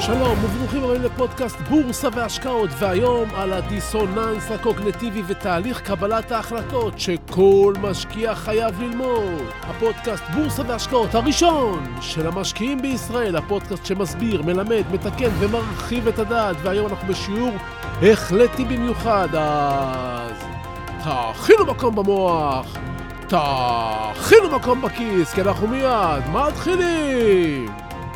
שלום וברוכים הבאים לפודקאסט בורסה והשקעות, והיום על הדיסוננס הקוגניטיבי ותהליך קבלת ההחלטות שכל משקיע חייב ללמוד. הפודקאסט בורסה והשקעות הראשון של המשקיעים בישראל, הפודקאסט שמסביר, מלמד, מתקן ומרחיב את הדעת, והיום אנחנו בשיעור החלטי במיוחד, אז תכינו מקום במוח, תכינו מקום בכיס, כי אנחנו מיד מתחילים.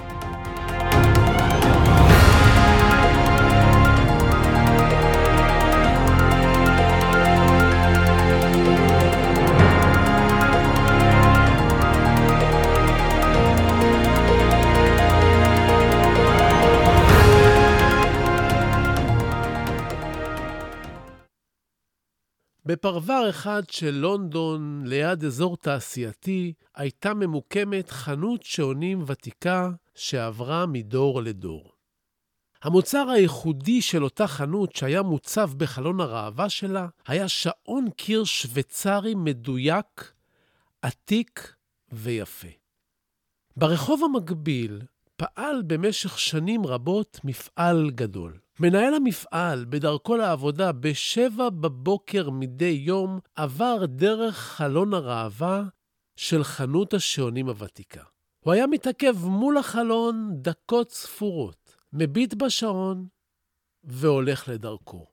בפרבר אחד של לונדון, ליד אזור תעשייתי, הייתה ממוקמת חנות שעונים ותיקה שעברה מדור לדור. המוצר הייחודי של אותה חנות שהיה מוצב בחלון הראווה שלה, היה שעון קיר שוויצרי מדויק, עתיק ויפה. ברחוב המקביל פעל במשך שנים רבות מפעל גדול. מנהל המפעל בדרכו לעבודה ב7 בבוקר מדי יום עבר דרך חלון הראווה של חנות השעונים הוותיקה. הוא היה מתעכב מול החלון דקות ספורות, מביט בשעון והולך לדרכו.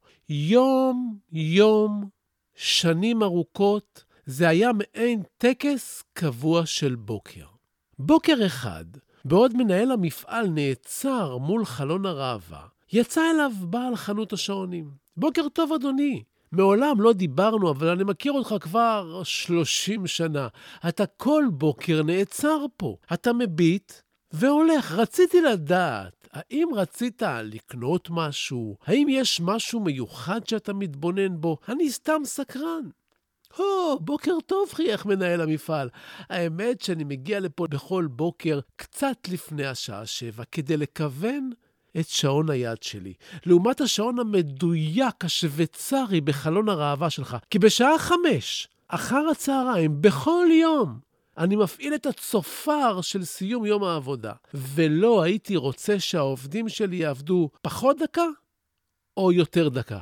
יום, שנים ארוכות, זה היה מעין טקס קבוע של בוקר. בוקר אחד, בעוד מנהל המפעל נעצר מול חלון הראווה, יצא אליו בעל חנות השעונים. בוקר טוב אדוני, מעולם לא דיברנו, אבל אני מכיר אותך כבר 30 שנה. אתה כל בוקר נעצר פה. אתה מביט והולך. רציתי לדעת, האם רצית לקנות משהו? האם יש משהו מיוחד שאתה מתבונן בו? אני סתם סקרן. בוקר טוב, חייך מנהל המפעל. האמת שאני מגיע לפה בכל בוקר קצת לפני השעה 7 כדי לכוון את שעון היד שלי, לעומת השעון המדויק השוויצרי בחלון הראווה שלך. כי בשעה 5, אחר הצהריים, בכל יום, אני מפעיל את הצופר של סיום יום העבודה, ולא הייתי רוצה שהעובדים שלי יעבדו פחות דקה או יותר דקה.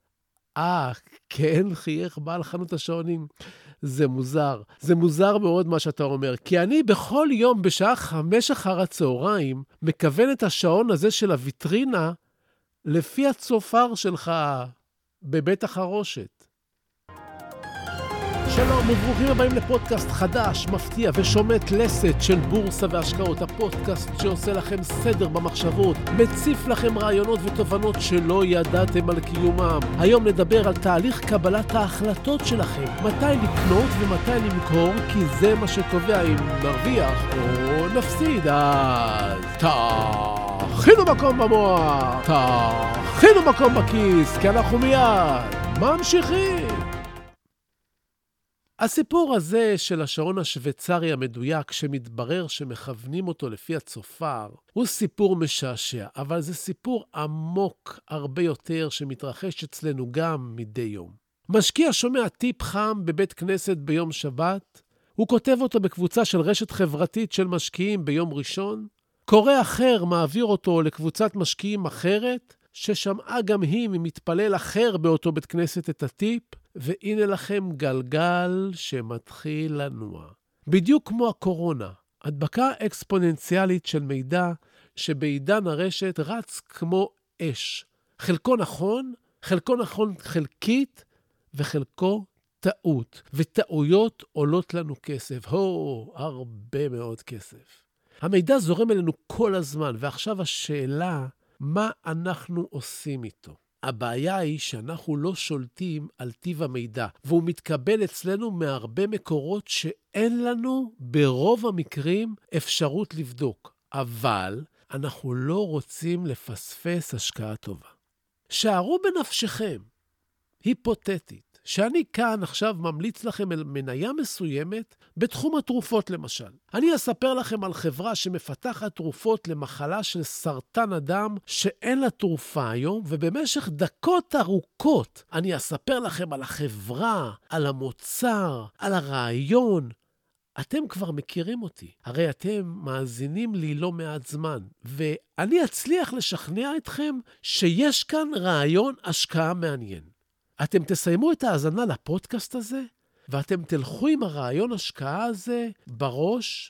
כן, חייך בעל חנות השעונים. זה מוזר. זה מוזר מאוד מה שאתה אומר. כי אני בכל יום בשעה 5 אחר הצהריים מכוון את השעון הזה של הוויטרינה לפי הצופר שלך בבית החרושת. שלום וברוכים הבאים לפודקאסט חדש, מפתיע ושומט לסת של בורסה והשקעות. הפודקאסט שעושה לכם סדר במחשבות, מציף לכם רעיונות ותובנות שלא ידעתם על קיומם. היום נדבר על תהליך קבלת ההחלטות שלכם, מתי לקנות ומתי למכור, כי זה מה שקובע אם נרוויח או נפסיד. אז תכינו מקום במוח, תכינו מקום בכיס, כי אנחנו מיד ממשיכים. הסיפור הזה של השעון השוויצרי המדויק שמתברר שמכוונים אותו לפי הצופר הוא סיפור משעשע, אבל זה סיפור עמוק הרבה יותר שמתרחש אצלנו גם מדי יום. משקיע שומע טיפ חם בבית כנסת ביום שבת, הוא כותב אותו בקבוצה של רשת חברתית של משקיעים ביום ראשון, קורא אחר מעביר אותו לקבוצת משקיעים אחרת, ששמעה גם היא ממתפלל אחר באותו בית כנסת את הטיפ, והנה לכם גלגל שמתחיל לנוע. בדיוק כמו הקורונה, הדבקה אקספוננציאלית של מידע שבעידן הרשת רץ כמו אש. חלקו נכון חלקית, וחלקו טעות. וטעויות עולות כסף. כסף, הרבה מאוד כסף. המידע זורם אלינו כל הזמן, ועכשיו השאלה, מה אנחנו עושים איתו? הבעיה היא שאנחנו לא שולטים על טיב המידע, והוא מתקבל אצלנו מהרבה מקורות שאין לנו ברוב המקרים אפשרות לבדוק. אבל אנחנו לא רוצים לפספס השקעה טובה. שערו בנפשכם, היפותטית, שאני כאן עכשיו ממליץ לכם על מניה מסוימת בתחום התרופות למשל. אני אספר לכם על חברה שמפתחת תרופות למחלה של סרטן הדם שאין לה תרופה היום, ובמשך דקות ארוכות אני אספר לכם על החברה, על המוצר, על הרעיון, אתם כבר מכירים אותי. הרי אתם מאזינים לי לא מעט זמן, ואני אצליח לשכנע אתכם שיש כאן רעיון השקעה מעניין. אתם תסיימו את ההאזנה לפודקאסט הזה, ואתם תלכו עם הרעיון השקעה הזה בראש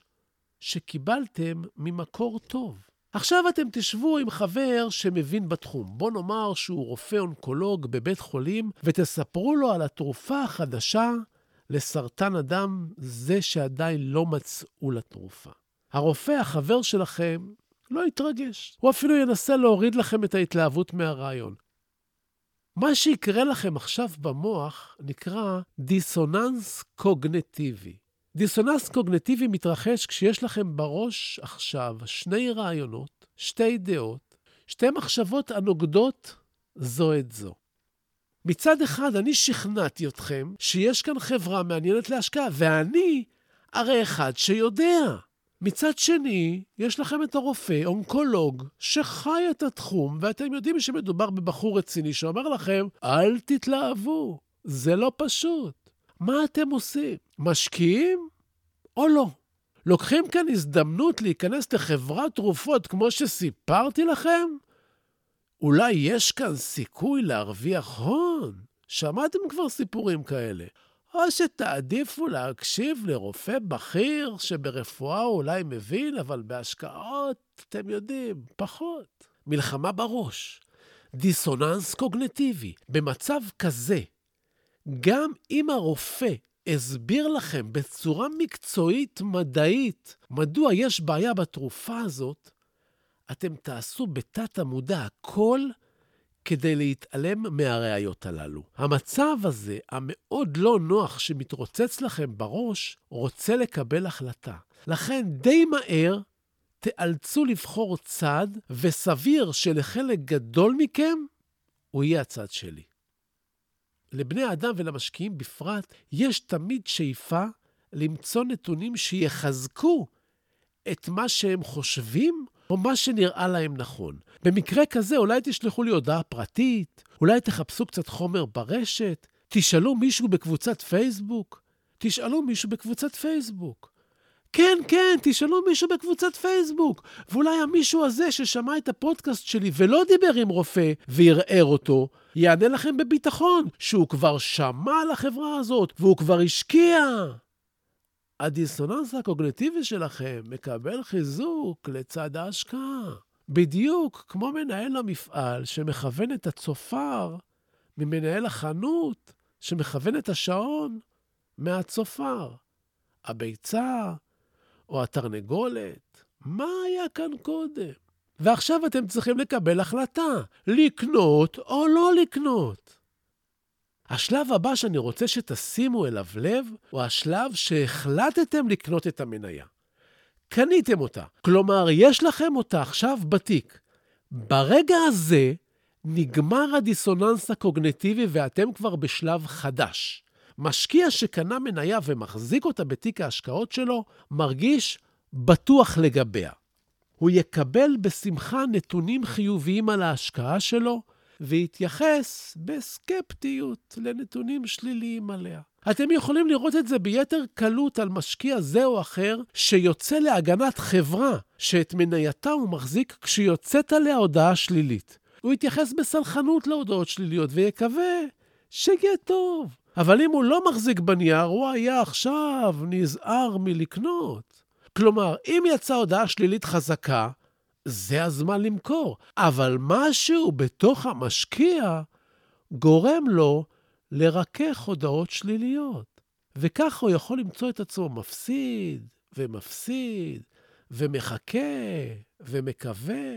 שקיבלתם ממקור טוב. עכשיו אתם תשבו עם חבר שמבין בתחום. בוא נאמר שהוא רופא אונקולוג בבית חולים, ותספרו לו על התרופה החדשה לסרטן הדם, זה שעדיין לא מצאו לתרופה. הרופא, החבר שלכם, לא יתרגש. הוא אפילו ינסה להוריד לכם את ההתלהבות מהרעיון. מה שיקרה לכם עכשיו במוח נקרא דיסוננס קוגניטיבי. דיסוננס קוגניטיבי מתרחש כשיש לכם בראש עכשיו שני רעיונות, שתי דעות, שתי מחשבות הנוגדות זו את זו. מצד אחד, אני שכנעתי אתכם שיש כאן חברה מעניינת להשקעה, ואני הרי אחד שיודע. מצד שני, יש לכם את הרופא, אונקולוג, שחי את התחום, ואתם יודעים שמדובר בבחור רציני שאומר לכם, אל תתלהבו, זה לא פשוט. מה אתם עושים? משקיעים או לא? לוקחים כאן הזדמנות להיכנס לחברת תרופות כמו שסיפרתי לכם? אולי יש כאן סיכוי להרוויח הון? שמעתם כבר סיפורים כאלה? או שתעדיפו להקשיב לרופא בכיר שברפואה אולי מבין, אבל בהשקעות, אתם יודעים, פחות. מלחמה בראש. דיסוננס קוגניטיבי. במצב כזה, גם אם הרופא הסביר לכם בצורה מקצועית מדעית מדוע יש בעיה בתרופה הזאת, אתם תעשו בתת המודע הכל כדי להתעלם מהראיות הללו. המצב הזה, המאוד לא נוח שמתרוצץ לכם בראש, רוצה לקבל החלטה. לכן די מהר תאלצו לבחור צד, וסביר שלחלק גדול מכם הוא יהיה הצד שלי. לבני האדם ולמשקיעים בפרט, יש תמיד שאיפה למצוא נתונים שיחזקו את מה שהם חושבים, או מה שנראה להם נכון. במקרה כזה, אולי תשלחו לי הודעה פרטית, אולי תחפשו קצת חומר ברשת, תשאלו מישהו בקבוצת פייסבוק, כן, תשאלו מישהו בקבוצת פייסבוק. ואולי המישהו הזה ששמע את הפודקאסט שלי ולא דיבר עם רופא וירער אותו, יענה לכם בביטחון שהוא כבר שמע על החברה הזאת והוא כבר השקיע. הדיסוננס הקוגניטיבי שלכם מקבל חיזוק לצד ההשקעה. בדיוק כמו מנהל המפעל שמכוון את הצופר ממנהל החנות שמכוון את השעון מהצופר. הביצה או התרנגולת, מה היה כאן קודם? ועכשיו אתם צריכים לקבל החלטה, לקנות או לא לקנות. השלב הבא שאני רוצה שתשימו אליו לב, הוא השלב שהחלטתם לקנות את המניה. קניתם אותה, כלומר יש לכם אותה עכשיו בתיק. ברגע הזה נגמר הדיסוננס הקוגניטיבי ואתם כבר בשלב חדש. משקיע שקנה מניה ומחזיק אותה בתיק ההשקעות שלו, מרגיש בטוח לגביה. הוא יקבל בשמחה נתונים חיוביים על ההשקעה שלו, ויתייחס בסקפטיות לנתונים שליליים עליה. אתם יכולים לראות את זה ביתר קלות על משקיע זה או אחר, שיוצא להגנת חברה, שאת מנייתה הוא מחזיק כשיוצאת עליה הודעה שלילית. הוא יתייחס בסלחנות להודעות שליליות, ויקווה שיהיה טוב. אבל אם הוא לא מחזיק בנייר, הוא היה עכשיו נזהר מלקנות. כלומר, אם יצאה הודעה שלילית חזקה, זה הזמן למכור. אבל משהו בתוך המשקיע גורם לו לרכך הודעות שליליות. וכך הוא יכול למצוא את עצמו מפסיד ומפסיד ומחכה ומקווה.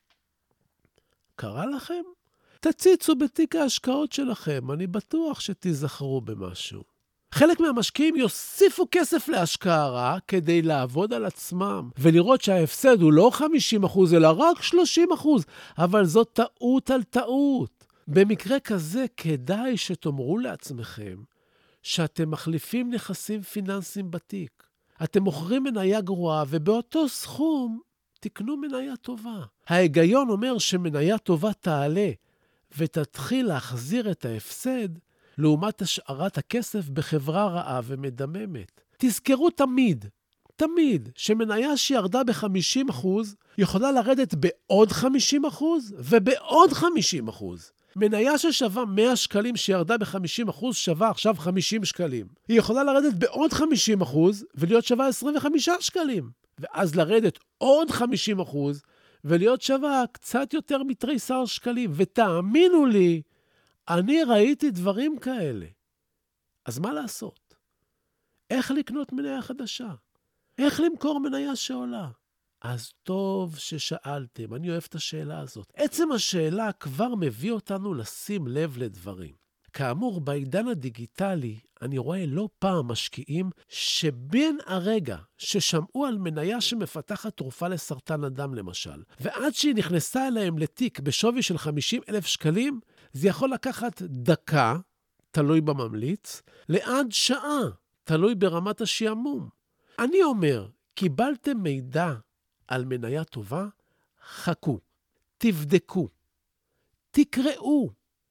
קרה לכם? תציצו בתיק ההשקעות שלכם, אני בטוח שתיזכרו במשהו. חלק מהמשקיעים יוסיפו כסף להשקעה רע כדי לעבוד על עצמם, ולראות שההפסד הוא לא 50% אלא רק 30%, אבל זו טעות על טעות. במקרה כזה כדאי שתאמרו לעצמכם שאתם מחליפים נכסים פיננסיים בתיק. אתם מוכרים מניה גרועה ובאותו סכום תקנו מניה טובה. ההיגיון אומר שמניה טובה תעלה, ותתחיל להחזיר את ההפסד לעומת השארת הכסף בחברה רעה ומדממת. תזכרו תמיד, שמניה שירדה ב-50% יכולה לרדת בעוד 50% ובעוד 50%. מניה ששווה 100 שקלים שירדה ב-50% שווה עכשיו 50 שקלים. היא יכולה לרדת בעוד 50% ולהיות שווה 25 שקלים. ואז לרדת עוד 50% ולהיות שווה קצת יותר מתריסר שקלים. ותאמינו לי, אני ראיתי דברים כאלה. אז מה לעשות? איך לקנות מניה חדשה? איך למכור מניה שעולה? אז טוב ששאלתם, אני אוהב את השאלה הזאת. עצם השאלה כבר מביא אותנו לשים לב לדברים. כאמור, בעידן הדיגיטלי, אני רואה לא פעם משקיעים שבין הרגע ששמעו על מניה שמפתחת תרופה לסרטן הדם למשל, ועד שהיא נכנסה אליהם לתיק בשווי של 50,000 שקלים, זה יכול לקחת דקה, תלוי בממליץ, לעד שעה, תלוי ברמת השעמום. אני אומר, קיבלתם מידע על מניה טובה? חכו, תבדקו, תקראו,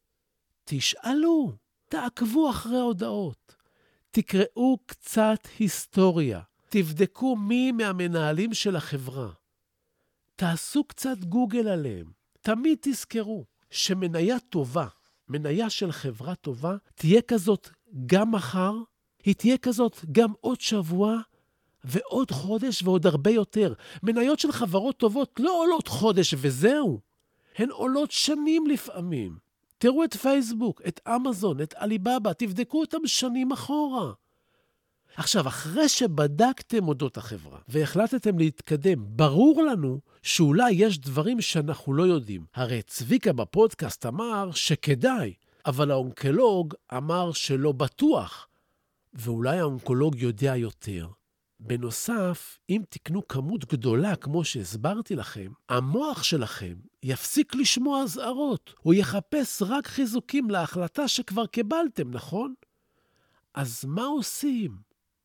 תשאלו, תעקבו אחרי ההודעות, תקראו קצת היסטוריה, תבדקו מי מהמנהלים של החברה, תעשו קצת גוגל עליהם. תמיד תזכרו שמניה טובה, מניה של חברה טובה, תהיה כזאת גם מחר, היא תהיה כזאת גם עוד שבוע, ועוד חודש ועוד הרבה יותר. מניות של חברות טובות לא עולות חודש וזהו. הן עולות שנים לפעמים. תראו את פייסבוק, את אמזון, את אליבאבא, תבדקו אותם שנים אחורה. עכשיו, אחרי שבדקתם אודות החברה והחלטתם להתקדם, ברור לנו שאולי יש דברים שאנחנו לא יודעים. הרי צביקה בפודקאסט אמר שכדאי, אבל האונקולוג אמר שלא בטוח, ואולי האונקולוג יודע יותר. בנוסף, אם תקנו כמות גדולה כמו שהסברתי לכם, המוח שלכם יפסיק לשמוע אזהרות. הוא יחפש רק חיזוקים להחלטה שכבר קיבלתם, נכון? אז מה עושים?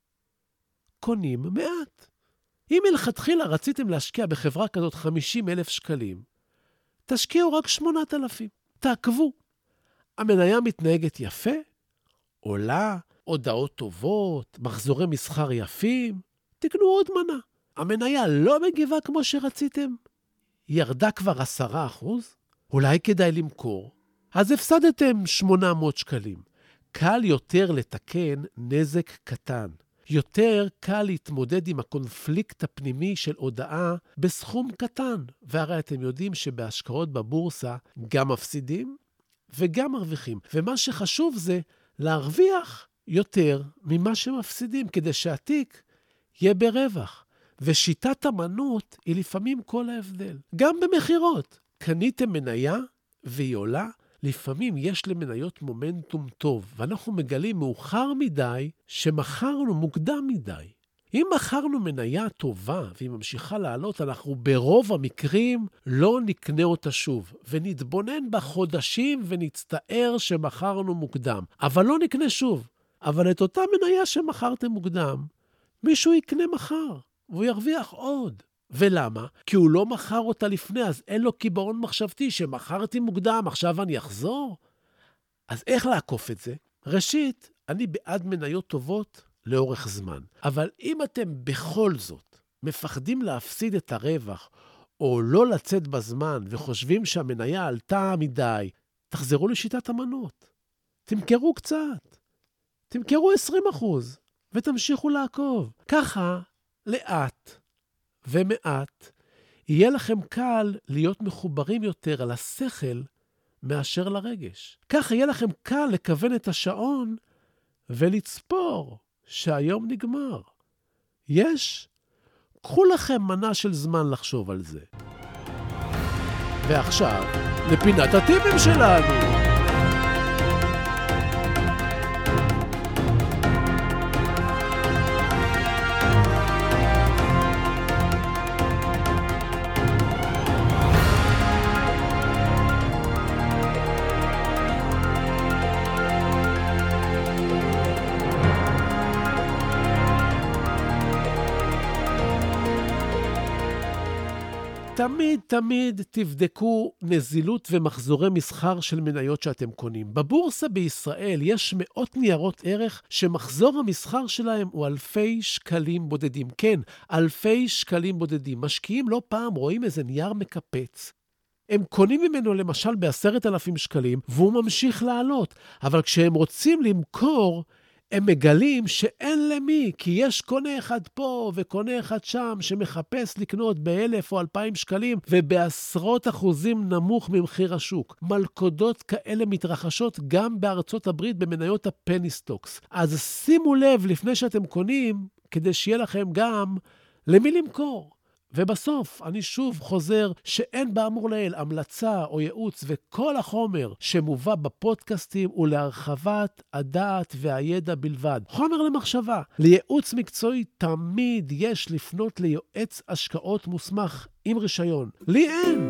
קונים מעט. אם מלכתחילה רציתם להשקיע בחברה כזאת 50,000 שקלים, תשקיעו רק 8,000. תעקבו. המניה מתנהגת יפה, עולה, הודעות טובות, מחזורי מסחר יפים, תקנו עוד מנה. המניה לא מגיבה כמו שרציתם, ירדה כבר 10%, אולי כדאי למכור, אז הפסדתם 800 שקלים. קל יותר לתקן נזק קטן. יותר קל להתמודד עם הקונפליקט הפנימי של הודעה בסכום קטן. והרי אתם יודעים שבהשקעות בבורסה גם מפסידים וגם מרוויחים. ומה שחשוב זה להרוויח יותר ממה שמפסידים, כדי שהתיק יהיה ברווח. ושיטת המנות היא לפעמים כל ההבדל. גם במחירות. קניתם מניה והיא עולה, לפעמים יש למניות מומנטום טוב, ואנחנו מגלים מאוחר מדי שמכרנו מוקדם מדי. אם מכרנו מניה טובה והיא ממשיכה לעלות, אנחנו ברוב המקרים לא נקנה אותה שוב, ונתבונן בחודשים ונצטער שמכרנו מוקדם. אבל לא נקנה שוב. אבל את אותה מניה שמכרתם מוקדם, מישהו יקנה מחר, והוא ירוויח עוד. ולמה? כי הוא לא מכר אותה לפני, אז אין לו קיבעון מחשבתי שמכרתי מוקדם, עכשיו אני אחזור? אז איך לעקוף את זה? ראשית, אני בעד מניות טובות לאורך זמן. אבל אם אתם בכל זאת מפחדים להפסיד את הרווח, או לא לצאת בזמן וחושבים שהמניה עלתה מדי, תחזרו לשיטת המנות. תמכרו קצת. תמכרו 20% ותמשיכו לעקוב. ככה, לאט ומעט, יהיה לכם קל להיות מחוברים יותר על השכל מאשר לרגש. ככה יהיה לכם קל לכוון את השעון ולצפור שהיום נגמר. יש? קחו לכם מנה של זמן לחשוב על זה. ועכשיו, לפינת הטיפים שלנו. תמיד תבדקו נזילות ומחזורי מסחר של מניות שאתם קונים. בבורסה בישראל יש מאות ניירות ערך שמחזור המסחר שלהם הוא אלפי שקלים בודדים. כן, אלפי שקלים בודדים. משקיעים לא פעם רואים איזה נייר מקפץ. הם קונים ממנו למשל ב10,000 שקלים, והוא ממשיך לעלות. אבל כשהם רוצים למכור, הם מגלים שאין למי, כי יש קונה אחד פה וקונה אחד שם שמחפש לקנות ב1,000 או 2,000 שקלים ובעשרות אחוזים נמוך ממחיר השוק. מלכודות כאלה מתרחשות גם בארצות הברית במניות הפני סטוקס. אז שימו לב לפני שאתם קונים, כדי שיהיה לכם גם למי למכור. ובסוף, אני שוב חוזר שאין באמור לעיל המלצה או ייעוץ, וכל החומר שמובא בפודקאסטים הוא להרחבת הדעת והידע בלבד. חומר למחשבה. לייעוץ מקצועי תמיד יש לפנות ליועץ השקעות מוסמך עם רישיון. לי אין.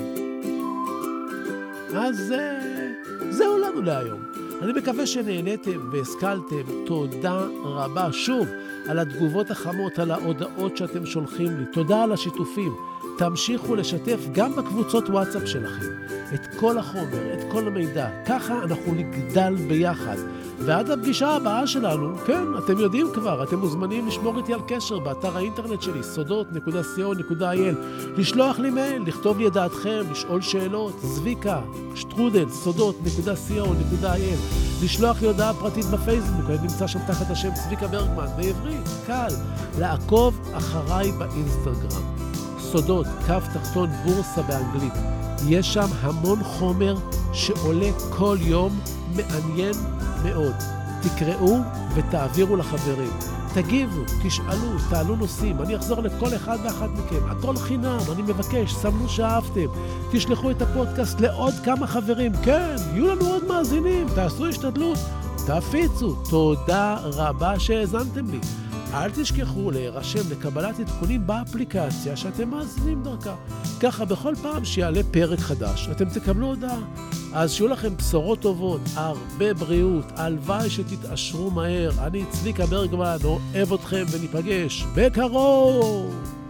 אז זהו לנו להיום. אני מקווה שנהניתם והשכלתם. תודה רבה שוב על התגובות החמות, על ההודעות שאתם שולחים לי. תודה על השיתופים. תמשיכו לשתף גם בקבוצות וואטסאפ שלכם את כל החומר, את כל המידע. ככה אנחנו נגדל ביחד. ועד הפגישה הבאה שלנו, כן, אתם יודעים כבר, אתם מוזמנים לשמור איתי על קשר באתר האינטרנט שלי, sodot.co.il, לשלוח לי מייל, לכתוב לי את דעתכם, לשאול שאלות, זביקה, שטרודל, sodot.co.il, לשלוח לי הודעה פרטית בפייסבוק, אני נמצא שם תחת השם צביקה ברגמן, בעברית, קל, לעקוב אחריי באינסטגרם. סודות, קו תחתון בורסה באנגלית. יש שם המון חומר שעולה כל יום, מעניין מאוד. תקראו ותעבירו לחברים. תגיבו, תשאלו, תעלו נושאים. אני אחזור לכל אחד ואחת מכם. הכל חינם, אני מבקש, סמנו שאהבתם. תשלחו את הפודקאסט לעוד כמה חברים. כן, יהיו לנו עוד מאזינים. תעשו השתדלות, תפיצו. תודה רבה שהאזנתם לי. אל תשכחו להירשם לקבלת עדכונים באפליקציה שאתם מאזינים דרכה. ככה בכל פעם שיעלה פרק חדש, אתם תקבלו הודעה. אז שיהיו לכם בשורות טובות, הרבה בריאות, הלוואי שתתעשרו מהר. אני צביקה ברגמן, אוהב אתכם וניפגש בקרוב.